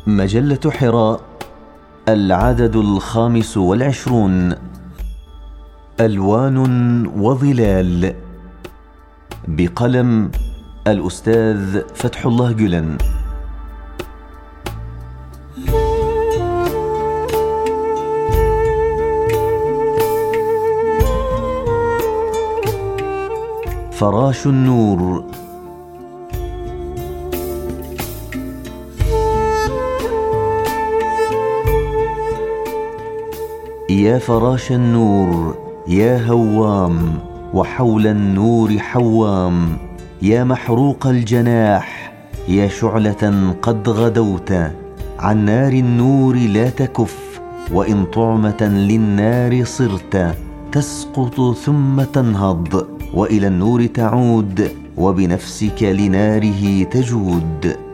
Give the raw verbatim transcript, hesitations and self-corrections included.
مجلة حراء، العدد الخامس والعشرون. ألوان وظلال، بقلم الأستاذ فتح الله جلن. فراش النور، يا فراش النور يا هوام، وحول النور حوام، يا محروق الجناح يا شعلة قد غدوت، عن نار النور لا تكف، وإن طعمة للنار صرت، تسقط ثم تنهض، وإلى النور تعود، وبنفسك لناره تجود.